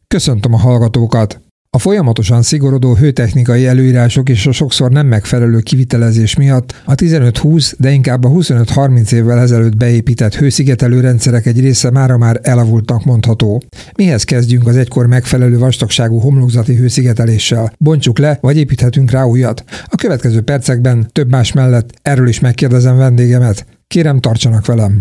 Köszöntöm a hallgatókat! A folyamatosan szigorodó hőtechnikai előírások és a sokszor nem megfelelő kivitelezés miatt a 15-20, de inkább a 25-30 évvel ezelőtt beépített hőszigetelő rendszerek egy része mára már elavultnak mondható. Mihez kezdjünk az egykor megfelelő vastagságú homlokzati hőszigeteléssel? Bontsuk le, vagy építhetünk rá újat? A következő percekben több más mellett erről is megkérdezem vendégemet. Kérem, tartsanak velem!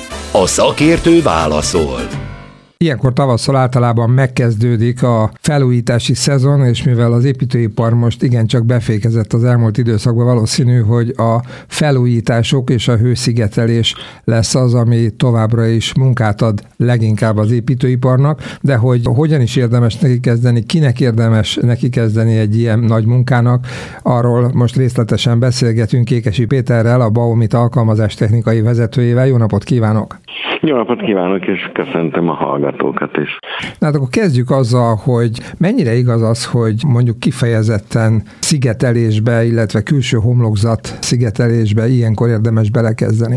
A szakértő válaszol. Ilyenkor tavasszal általában megkezdődik a felújítási szezon, és mivel az építőipar most igencsak befékezett az elmúlt időszakban, valószínű, hogy a felújítások és a hőszigetelés lesz az, ami továbbra is munkát ad leginkább az építőiparnak, de hogy hogyan is érdemes neki kezdeni, kinek érdemes neki kezdeni egy ilyen nagy munkának, arról most részletesen beszélgetünk Kékesi Péterrel, a Baumit alkalmazástechnikai vezetőjével. Jó napot kívánok! Jó napot kívánok, és köszöntöm a hallgatókat is. Hát akkor kezdjük azzal, hogy mennyire igaz az, hogy mondjuk kifejezetten szigetelésbe, illetve külső homlokzat szigetelésbe ilyenkor érdemes belekezdeni?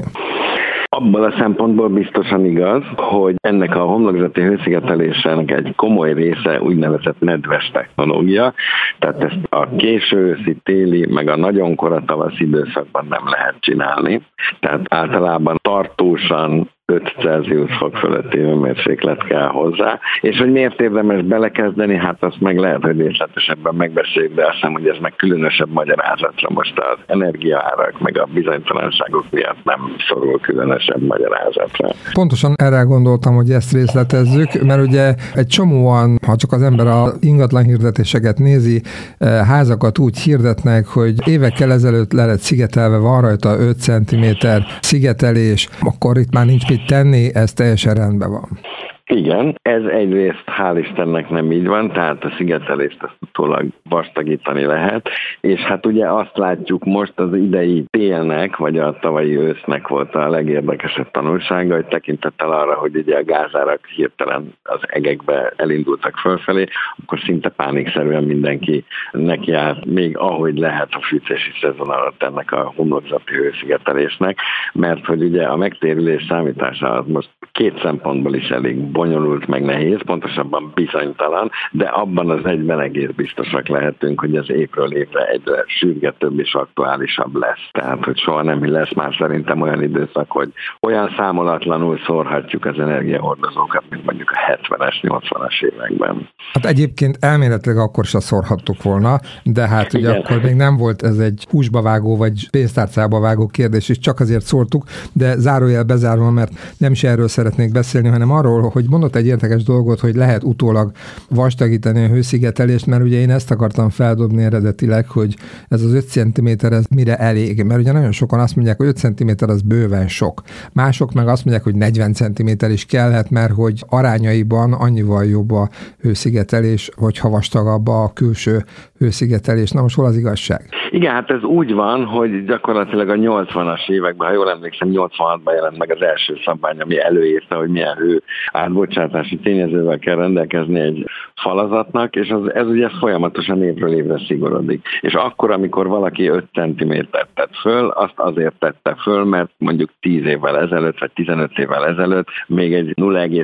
Abban a szempontból biztosan igaz, hogy ennek a homlokzati hőszigetelésnek egy komoly része úgynevezett nedves technológia, tehát ezt a késő őszi, téli, meg a nagyon kora tavaszi időszakban nem lehet csinálni. Tehát általában tartósan 5 Celsius fok fölötti hőmérséklet kell hozzá. És hogy miért érdemes belekezdeni, hát azt meg lehet, hogy részletesebben megbeszéljük, de azt hiszem, hogy ez meg különösebb magyarázatra most az energiaárak, meg a bizonytalanságok miatt nem szorul különösebb magyarázatra. Pontosan erre gondoltam, hogy ezt részletezzük, mert ugye egy csomóan, ha csak az ember a ingatlan hirdetéseket nézi, házakat úgy hirdetnek, hogy évekkel ezelőtt le lett szigetelve, van rajta 5 cm szigetelés, akkor itt már nincs mit tenni, ez teljesen rendben van. Igen, ez egyrészt hál' Istennek nem így van, tehát a szigetelést ezt utólag vastagítani lehet, és hát ugye azt látjuk most az idei télnek, vagy a tavalyi ősznek volt a legérdekesebb tanulsága, hogy tekintettel arra, hogy ugye a gázárak hirtelen az egekbe elindultak fölfelé, akkor szinte pánikszerűen mindenki nekiállt, még ahogy lehet a fűtési szezon alatt ennek a homlokzati hőszigetelésnek, mert hogy ugye a megtérülés számítása az most 2 szempontból is elég bonyolult, meg nehéz, pontosabban bizonytalan, de abban az egyben egész biztosak lehetünk, hogy az évről évre egyre sürgetőbb és aktuálisabb lesz. Tehát, hogy soha nem lesz már szerintem olyan időszak, hogy olyan számolatlanul szórhatjuk az energiahordozókat, mint mondjuk a 70-es, 80-as években. Hát egyébként elméletileg akkor se szórhattuk volna, de hát ugye akkor még nem volt ez egy húsba vágó vagy pénztárcába vágó kérdés, és csak azért szórtuk, de zárójel bezárva, mert nem is erről szeretnék beszélni, hanem arról, hogy mondott egy érdekes dolgot, hogy lehet utólag vastagítani a hőszigetelést, mert ugye én ezt akartam feldobni eredetileg, hogy ez az 5 cm ez mire elég, mert ugye nagyon sokan azt mondják, hogy 5 cm az bőven sok. Mások meg azt mondják, hogy 40 cm is kellhet, mert hogy arányaiban annyival jobb a hőszigetelés, hogyha vastagabb a külső hőszigetelés. Na most hol az igazság? Igen, hát ez úgy van, hogy gyakorlatilag a 80-as években, ha jól emlékszem, 86-ban jelent meg az első szabvány, ami előírta, hogy milyen hő átbocsátási tényezővel kell rendelkezni egy falazatnak, és ez ugye folyamatosan évről évre szigorodik. És akkor, amikor valaki 5 cm-t tett föl, azt azért tette föl, mert mondjuk 10 évvel ezelőtt, vagy 15 évvel ezelőtt még egy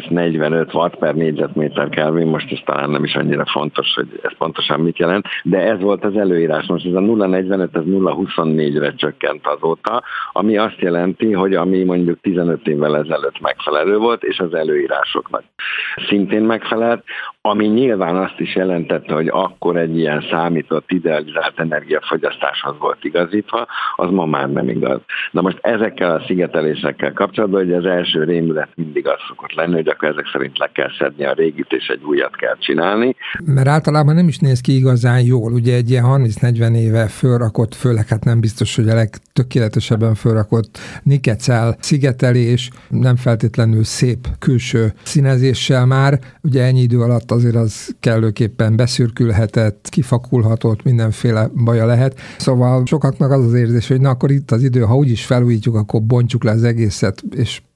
0,45 watt per négyzetméter Kelvin, most ez talán nem is annyira fontos, hogy ez pontosan mit jelent, de ez volt az előírás. Most ez a 0,45, ez 0,24-re csökkent azóta, ami azt jelenti, hogy ami mondjuk 15 évvel ezelőtt megfelelő volt, és az előírásoknak szintén megfelelt, ami nyilván azt is jelentette, hogy akkor egy ilyen számított, idealizált energiafogyasztáshoz volt igazítva, az ma már nem igaz. Na most ezekkel a szigetelésekkel kapcsolatban, hogy az első rémület mindig az szokott lenni, hogy akkor ezek szerint le kell szedni a régit, és egy újat kell csinálni. Mert általában nem is néz ki igazán jól. Ugye egy ilyen 30-40 éve fölrakott, főleg hát nem biztos, hogy a legtökéletesebben fölrakott nikecell szigetelés, nem feltétlenül szép külső színezéssel már. Ugye ennyi idő alatt azért az kellőképpen beszürkülhetett, kifakulhatott, mindenféle baja lehet. Szóval sokaknak az az érzés, hogy na akkor itt az idő, ha úgyis felújítjuk, akkor bontjuk le az egészet, és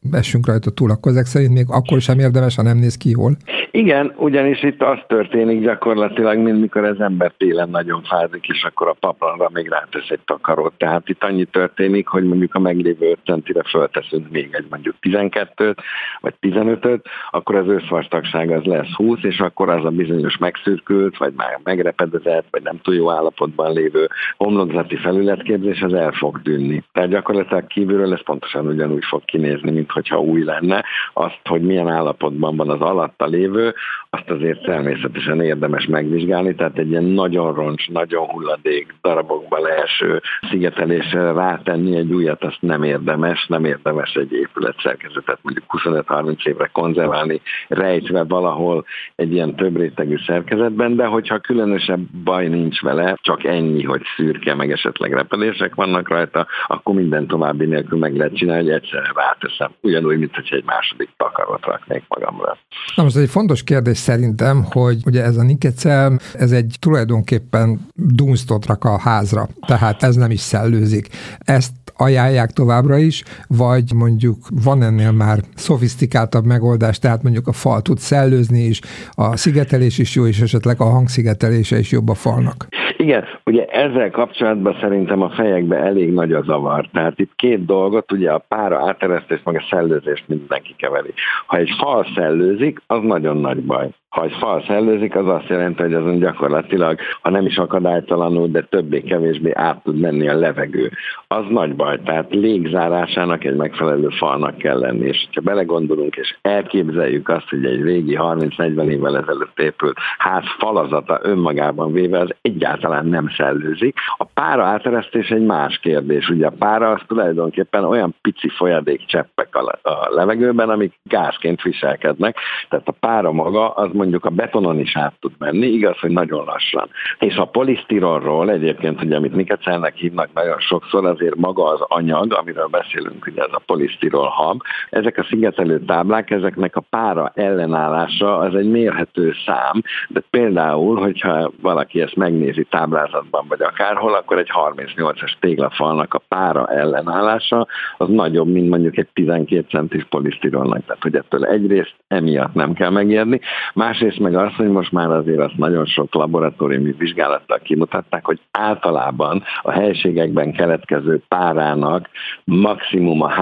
essünk rajta túl, akkor ezek szerint még akkor sem érdemes, ha nem néz ki jól? Igen, ugyanis itt az történik gyakorlatilag, mint mikor az ember télen nagyon fázik, és akkor a paplanra még rátesz egy takarót. Tehát itt annyi történik, hogy mondjuk a meglévő 5 centire fölteszünk még egy mondjuk 12-t, vagy 15-öt, akkor az összvastagság az lesz 20, és akkor az a bizonyos megszürkült, vagy már megrepedezett, vagy nem túl jó állapotban lévő homlokzati felületképzés, az el fog tűnni. Tehát gyakorlatilag kívülről ez pontosan ugyanúgy fog kinézni, mint hogyha új lenne. Azt, hogy milyen állapotban van az alatta lévő, azt azért természetesen érdemes megvizsgálni, tehát egy ilyen nagyon roncs, nagyon hulladék darabokba leeső szigetelésre rátenni egy újat, azt nem érdemes egy épületszerkezetet mondjuk 25-30 évre konzerválni, rejtve valahol egy ilyen több rétegű szerkezetben, de hogyha különösebb baj nincs vele, csak ennyi, hogy szürke, meg esetleg repedések vannak rajta, akkor minden további nélkül meg lehet csinálni, hogy egyszerre ráteszem. Ugyanúgy, mint hogy egy második takarót raknék magamra. Na most egy fontos kérdés szerintem, hogy ugye ez a nikecel, ez egy tulajdonképpen dunsztot rak a házra, tehát ez nem is szellőzik. Ezt ajánlják továbbra is, vagy mondjuk van ennél már szofisztikáltabb megoldás, tehát mondjuk a fal tud szellőzni is, a szigetelés is jó, és esetleg a hangszigetelése is jobb a falnak. Igen, ugye ezzel kapcsolatban szerintem a fejekben elég nagy a zavar. Tehát itt 2 dolgot, ugye a pára áteresztést, meg a szellőzést mindenki keveri. Ha egy fal szellőzik, az nagyon nagy baj. Ha egy fal szellőzik, az azt jelenti, hogy azon gyakorlatilag, ha nem is akadálytalanul, de többé-kevésbé át tud menni a levegő. Az nagy baj, tehát légzárásának egy megfelelő falnak kell lenni. És ha belegondolunk, és elképzeljük azt, hogy egy régi 30-40 évvel ezelőtt épült ház falazata önmagában véve az egyáltalán nem szellőzik. A pára áteresztés egy más kérdés. Ugye a pára az tulajdonképpen olyan pici folyadékcseppek a levegőben, amik gázként viselkednek. Tehát a pára maga az mondjuk a betonon is át tud menni, igaz, hogy nagyon lassan. És a polisztirolról egyébként, ugye, amit nikecelnek hívnak nagyon sokszor, azért maga az anyag, amiről beszélünk, ugye ez a polisztirol hab, ezek a szigetelő táblák, ezeknek a pára ellenállása az egy mérhető szám, de például, hogyha valaki ezt megnézi táblázatban, vagy akárhol, akkor egy 38-as téglafalnak a pára ellenállása az nagyobb, mint mondjuk egy 12 centis polisztirolnak. Tehát, hogy ettől egyrészt emiatt nem kell megijedni, másrészt meg az, hogy most már azért azt nagyon sok laboratóriumi vizsgálattal kimutatták, hogy általában a helységekben keletkező párának maximum a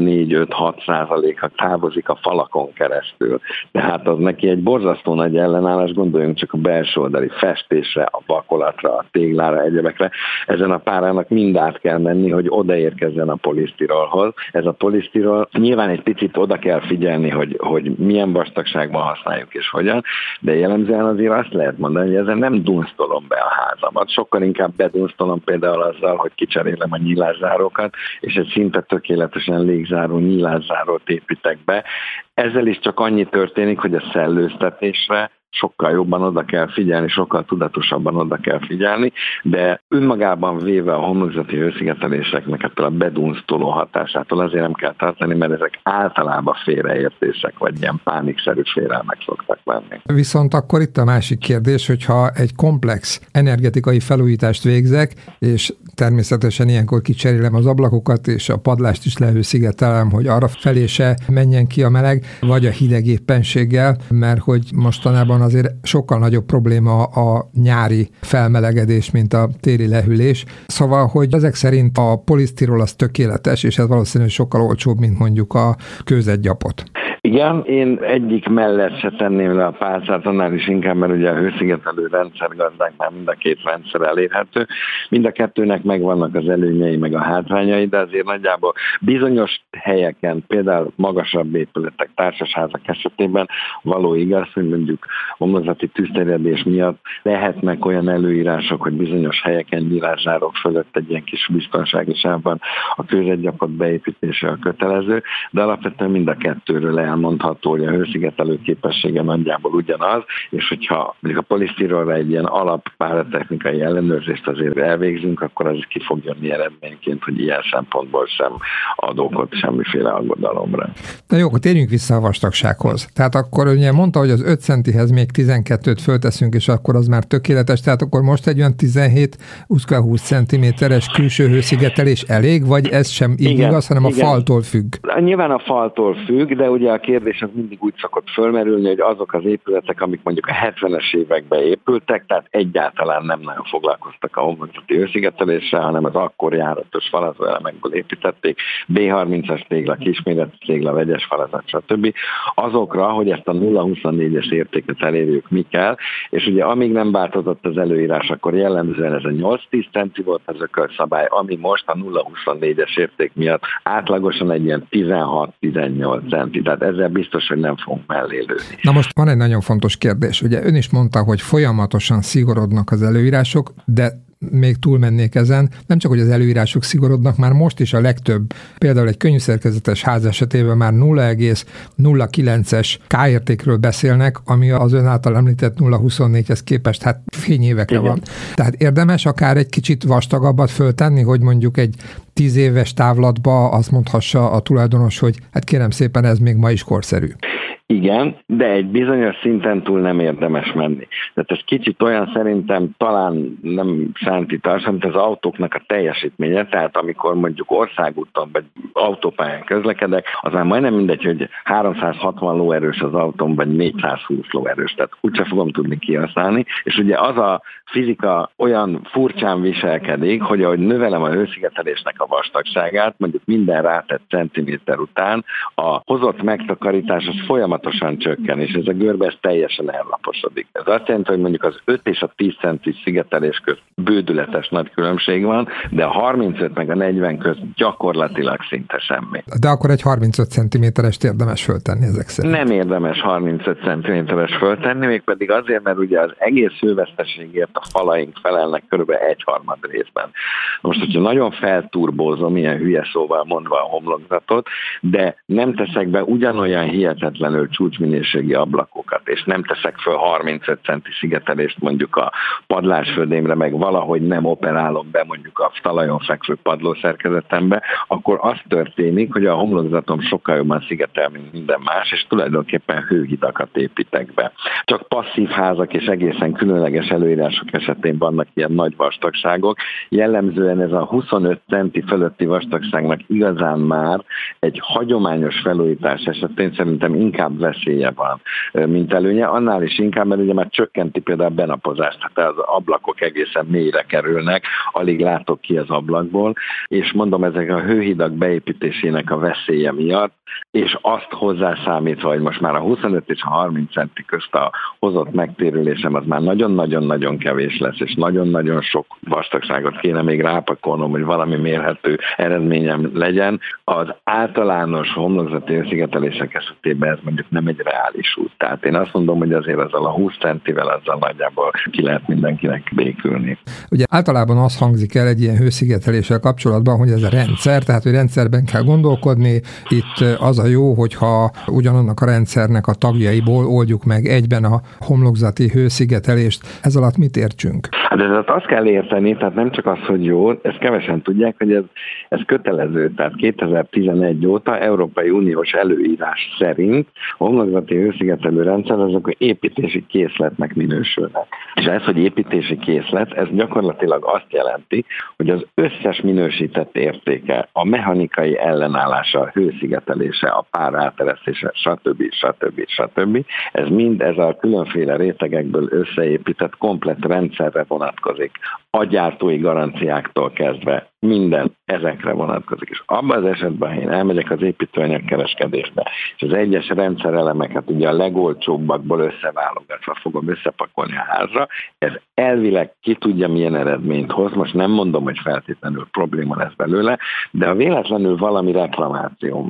3-4-5-6% távozik a falakon keresztül. Tehát az neki egy borzasztó nagy ellenállás, gondoljunk csak a belső oldali festésre, a vakolatra, a téglára, egyebekre. Ezen a párának mind át kell menni, hogy odaérkezzen a polisztirolhoz. Ez a polisztirol nyilván egy picit oda kell figyelni, hogy milyen vastagságban használjuk és hogyan, de jellemzően azért azt lehet mondani, hogy ezen nem dunsztolom be a házamat. Sokkal inkább bedunsztolom például azzal, hogy kicserélem a nyílászárókat, és egy szinte tökéletesen légzáró nyílászárót építek be. Ezzel is csak annyi történik, hogy a szellőztetésre sokkal jobban oda kell figyelni, sokkal tudatosabban oda kell figyelni, de önmagában véve a homlokzati hőszigeteléseknek ettől a bedunsztoló hatásától azért nem kell tartani, mert ezek általában félreértések, vagy ilyen pánikszerű félelmek szoktak lenni. Viszont akkor itt a másik kérdés, hogyha egy komplex energetikai felújítást végzek, és természetesen ilyenkor kicserélem az ablakokat, és a padlást is lehőszigetelem, hogy arra felé se menjen ki a meleg, vagy a hideg éppenséggel, mert hogy mostanában azért sokkal nagyobb probléma a nyári felmelegedés, mint a téli lehűlés. Szóval, hogy ezek szerint a polisztirol az tökéletes, és ez valószínűleg sokkal olcsóbb, mint mondjuk a kőzetgyapot. Igen, én egyik mellett se tenném le a pálcát, annál is inkább, mert ugye a hőszigetelő rendszergazdáknál mind a 2 rendszer elérhető. Mind a 2-nek megvannak az előnyei, meg a hátrányai, de azért nagyjából bizonyos helyeken, például magasabb épületek, társasházak esetében való igaz, hogy mondjuk homlokzati tűzterjedés miatt lehetnek olyan előírások, hogy bizonyos helyeken nyílászárok fölött egy ilyen kis biztonsági sávban a kőzetgyapot beépítése a kötelező, de alapvetően mind a 2-ről elmondható, hogy a hőszigetelő képessége nagyjából ugyanaz, és hogyha mondjuk a polisztirolra egy ilyen alappáratechnikai ellenőrzést azért elvégzünk, akkor az ki fog jönni eredményként, hogy ilyen szempontból sem ad okot semmiféle aggodalomra. Na jó, akkor térjünk vissza a vastagsághoz. Tehát akkor ugye mondta, hogy az 5 centihez még 12-t fölteszünk, és akkor az már tökéletes, tehát akkor most egy olyan 17-20 cm-es külső hőszigetelés elég, vagy ez sem így igaz, hanem a faltól függ? Nyilván a faltól függ, de ugye a kérdés az mindig úgy szokott fölmerülni, hogy azok az épületek, amik mondjuk a 70-es években épültek, tehát egyáltalán nem nagyon foglalkoztak a homlokzati hőszigeteléssel, hanem az akkor járatos falazóelemekből építették, B30-as tégla, kisméretű tégla, vegyes falazat, stb. Azokra, hogy ezt a 0,24-es értéket elérjük, mi kell, és ugye amíg nem változott az előírás, akkor jellemzően ez a 8-10 centi volt az ökölszabály, ami most a 0,24-es érték miatt átlagosan egy ilyen 16-18 centi, tehát ezzel biztos, hogy nem fogunk mellé lőni. Na most van egy nagyon fontos kérdés. Ugye ön is mondta, hogy folyamatosan szigorodnak az előírások, de még túlmennék ezen, nem csak, hogy az előírások szigorodnak, már most is a legtöbb, például egy könnyűszerkezetes ház esetében már 0,09-es K-értékről beszélnek, ami az ön által említett 0,24-hez képest hát fényévekre van. Tehát érdemes akár egy kicsit vastagabbat föltenni, hogy mondjuk egy 10 éves távlatba azt mondhassa a tulajdonos, hogy hát kérem szépen, ez még ma is korszerű. Igen, de egy bizonyos szinten túl nem érdemes menni. Tehát ez kicsit olyan szerintem talán nem sántítas, mint az autóknak a teljesítménye, tehát amikor mondjuk országúton vagy autópályán közlekedek, az már majdnem mindegy, hogy 360 lóerős az autón, vagy 420 lóerős, tehát úgyse fogom tudni kihasználni, és ugye az a fizika olyan furcsán viselkedik, hogy ahogy növelem a hőszigetelésnek a vastagságát, mondjuk minden rátett centiméter után a hozott megtakarítás az folyamatosan csökken, és ez a görbe ez teljesen ellaposodik. Ez azt jelenti, hogy mondjuk az 5 és a 10 centis szigetelés közt bődületes nagy különbség van, de a 35 meg a 40 közt gyakorlatilag szinte semmi. De akkor egy 35 cm-est érdemes föltenni ezek szerint? Nem érdemes 35 cm-es föltenni, mégpedig azért, mert ugye az egész hőveszteségért a falaink felelnek kb. 1/3 részben. Most, hogyha nagyon felturbózom, ilyen hülye szóval mondva a homlokzatot, de nem teszek be ugyanolyan hihetetlenül csúcsminőségi ablakokat, és nem teszek föl 35 centi szigetelést mondjuk a padlásföldémre, meg valahogy nem operálom be mondjuk a talajon fekvő padlószerkezetembe, akkor az történik, hogy a homlokzatom sokkal jobban szigetel, mint minden más, és tulajdonképpen hőhidakat építek be. Csak passzív házak és egészen különleges előírások esetén vannak ilyen nagy vastagságok. Jellemzően ez a 25 centi fölötti vastagságnak igazán már egy hagyományos felújítás esetén szerintem inkább veszélye van, mint előnye. Annál is inkább, mert ugye már csökkenti például a benapozást, tehát az ablakok egészen mélyre kerülnek, alig látok ki az ablakból, és mondom, ezek a hőhidak beépítésének a veszélye miatt, és azt hozzászámítva, hogy most már a 25 és a 30 centi közt a hozott megtérülésem az már nagyon-nagyon-nagyon kevés lesz, és nagyon-nagyon sok vastagságot kéne még rápakolnom, hogy valami mérhető eredményem legyen. Az általános homlokzati hőszigetelések esetében ez mondjuk nem egy reális út. Tehát én azt mondom, hogy azért azzal a 20 centivel azzal nagyjából ki lehet mindenkinek békülni. Ugye általában az hangzik el egy ilyen hőszigeteléssel kapcsolatban, hogy ez a rendszer, tehát hogy rendszerben kell gondolkodni. Itt az a jó, hogyha ugyanannak a rendszernek a tagjaiból oldjuk meg egyben a homlokzati hőszigetelést. Ez alatt mit értsünk? Hát ez azt kell érteni, tehát nem csak az, hogy jó, ezt kevesen tudják, hogy ez kötelező. Tehát 2011 óta Európai Uniós előírás szerint a homlokzati hőszigetelő rendszer azok építési készletnek minősülnek. És ez, hogy építési készlet, ez gyakorlatilag azt jelenti, hogy az összes minősített értéke, a mechanikai ellenállása, a hőszigetelése, a pár áteresztése, stb. Ez mind ez a különféle rétegekből összeépített komplett rendszerre vonatkozik. A gyártói garanciáktól kezdve minden ezekre vonatkozik. És abban az esetben, ha én elmegyek az építőanyagkereskedésbe, és az egyes rendszerelemeket ugye a legolcsóbbakból összeválogatva fogom összepakolni a házra, ez elvileg ki tudja milyen eredményt hoz. Most nem mondom, hogy feltétlenül probléma lesz belőle, de ha véletlenül valami reklamációm van,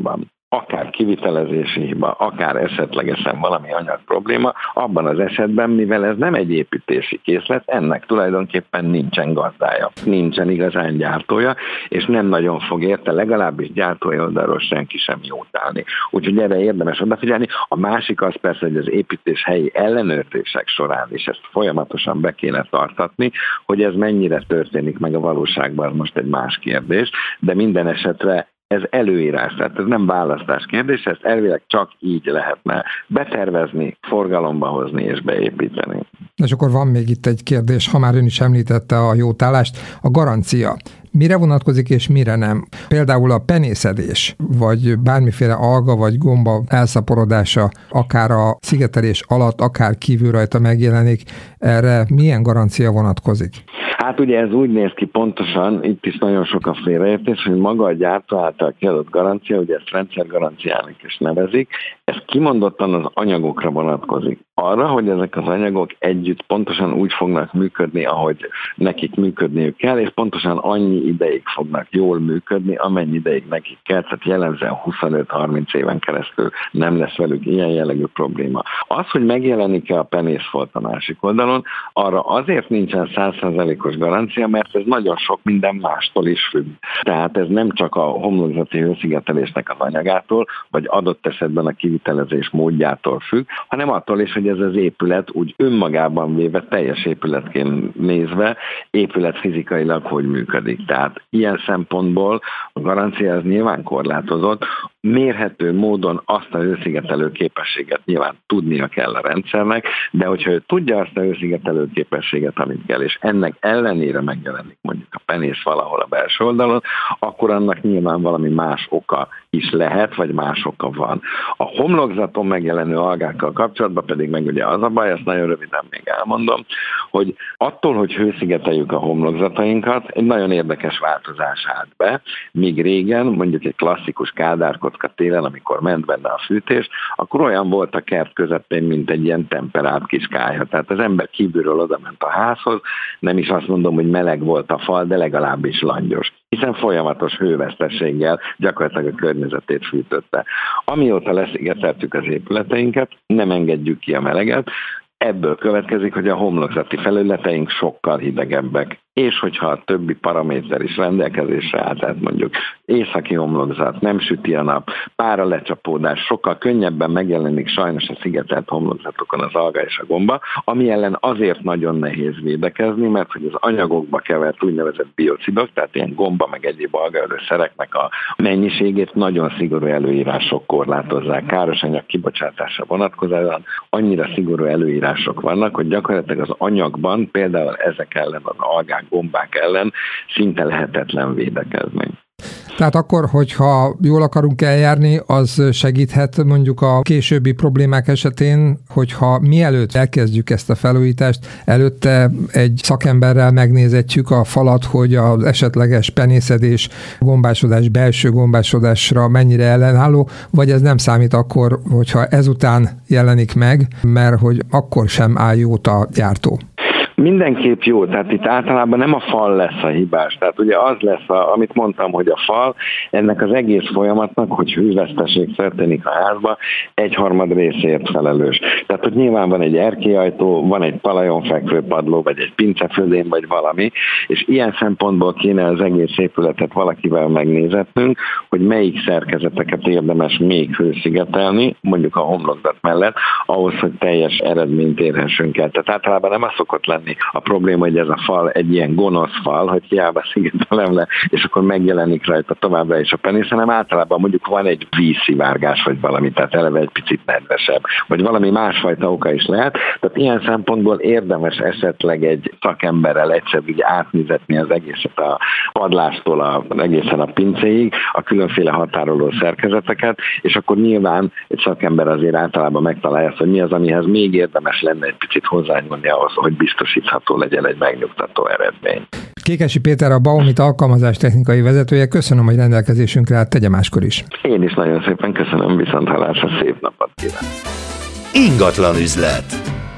akár kivitelezési hiba, akár esetlegesen valami anyag probléma, abban az esetben, mivel ez nem egy építési készlet, ennek tulajdonképpen nincsen gazdája, nincsen igazán gyártója, és nem nagyon fog érte legalábbis gyártói oldalról senki sem jót állni. Úgyhogy erre érdemes odafigyelni. A másik az persze, hogy az építés helyi ellenőrzések során is ezt folyamatosan be kéne tartatni, hogy ez mennyire történik meg a valóságban, az most egy más kérdés, de minden esetre ez előírás, tehát ez nem választás kérdés, ezt elvileg csak így lehetne betervezni, forgalomba hozni és beépíteni. És akkor van még itt egy kérdés, ha már ön is említette a jótállást, a garancia. Mire vonatkozik és mire nem? Például a penészedés, vagy bármiféle alga vagy gomba elszaporodása, akár a szigetelés alatt, akár kívül rajta megjelenik, erre milyen garancia vonatkozik? Hát ugye ez úgy néz ki pontosan, itt is nagyon sok a félreértés, hogy maga a gyártó által kiadott garancia, ugye ezt rendszergaranciának is nevezik, ez kimondottan az anyagokra vonatkozik. Arra, hogy ezek az anyagok együtt pontosan úgy fognak működni, ahogy nekik működniük kell, és pontosan annyi ideig fognak jól működni, amennyi ideig nekik kell, tehát jellemzően 25-30 éven keresztül nem lesz velük ilyen jellegű probléma. Az, hogy megjelenik-e a penészfolt a másik oldalon, arra azért nincsen 100%-os garancia, mert ez nagyon sok minden mástól is függ. Tehát ez nem csak a homlokzati hőszigetelésnek az anyagától, vagy adott esetben a kivitelezés módjától függ, hanem attól is, hogy ez az épület úgy önmagában véve, teljes épületként nézve, épület fizikailag hogy működik. Tehát ilyen szempontból a garancia az nyilván korlátozott, mérhető módon azt a hőszigetelő képességet nyilván tudnia kell a rendszernek, de hogyha ő tudja azt a hőszigetelő képességet, amit kell, és ennek ellenére megjelenik mondjuk a penész valahol a belső oldalon, akkor annak nyilván valami más oka is lehet, vagy más oka van. A homlokzaton megjelenő algákkal kapcsolatban pedig meg ugye az a baj, ezt nagyon röviden még elmondom, hogy attól, hogy hőszigeteljük a homlokzatainkat, egy nagyon érdekes változás állt be, míg régen, mondjuk egy klasszikus kádárkocka télen, amikor ment benne a fűtés, akkor olyan volt a kert közepén, mint egy ilyen temperált kis kályha. Tehát az ember kívülről oda ment a házhoz, nem is azt mondom, hogy meleg volt a fal, de legalábbis langyos, hiszen folyamatos hővesztességgel gyakorlatilag a környezetét fűtötte. Amióta leszigeteltük az épületeinket, nem engedjük ki a meleget, ebből következik, hogy a homlokzati felületeink sokkal hidegebbek. És hogyha a többi paraméter is rendelkezésre áll, tehát mondjuk északi homlokzat, nem süti a nap, pára lecsapódás, sokkal könnyebben megjelenik sajnos a szigetelt homlokzatokon az alga és a gomba, ami ellen azért nagyon nehéz védekezni, mert hogy az anyagokba kevert úgynevezett biocidok, tehát ilyen gomba meg egyéb algaölő szereknek a mennyiségét nagyon szigorú előírások korlátozzák. Káros anyag kibocsátása vonatkozóan annyira szigorú előírások vannak, hogy gyakorlatilag az anyagban például ezek ellen az algák, gombák ellen szinte lehetetlen védekezni. Tehát akkor, hogyha jól akarunk eljárni, az segíthet mondjuk a későbbi problémák esetén, hogyha mielőtt elkezdjük ezt a felújítást, előtte egy szakemberrel megnézetjük a falat, hogy az esetleges penészedés, gombásodás, belső gombásodásra mennyire ellenálló, vagy ez nem számít akkor, hogyha ezután jelenik meg, mert hogy akkor sem áll jót a gyártó. Mindenképp jó, tehát itt általában nem a fal lesz a hibás, tehát ugye az lesz, amit mondtam, hogy a fal ennek az egész folyamatnak, hogy hőveszteség történik a házba, 1/3 részért felelős. Tehát ott nyilván van egy erkélyajtó, van egy talajon fekvő padló, vagy egy pincefödén, vagy valami, és ilyen szempontból kéne az egész épületet valakivel megnézetnünk, hogy melyik szerkezeteket érdemes még hőszigetelni, mondjuk a homlokzat mellett, ahhoz, hogy teljes eredményt érhessünk el. Tehát általában nem az szokott lenni a probléma, hogy ez a fal egy ilyen gonosz fal, hogy hiába szigetelem le, és akkor megjelenik rajta továbbra is a penész, hanem általában mondjuk van egy vízszivárgás, vagy valami, tehát eleve egy picit nedvesebb, vagy valami másfajta oka is lehet. Tehát ilyen szempontból érdemes esetleg egy szakemberrel egyszer így átnézetni az egészet a padlástól egészen a pincéig, a különféle határoló szerkezeteket, és akkor nyilván egy szakember azért általában megtalálja, hogy mi az, amihez még érdemes lenne egy picit hozzányúlni ahhoz, hogy biztosítható legyen egy megnyugtató eredmény. Kékesi Péter, a Baumit alkalmazás technikai vezetője. Köszönöm, hogy rendelkezésünkre állt, tegye máskor is. Én is nagyon szépen köszönöm, viszonthallásra, szép napot kívánok. Ingatlan üzlet.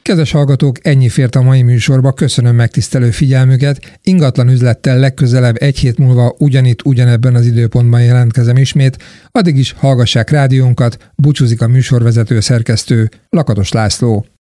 Kedves hallgatók, ennyi fért a mai műsorba, köszönöm megtisztelő figyelmüket. Ingatlan üzlettel legközelebb egy hét múlva ugyanebben az időpontban jelentkezem ismét. Addig is hallgassák rádiónkat, búcsúzik a műsorvezető szerkesztő Lakatos László.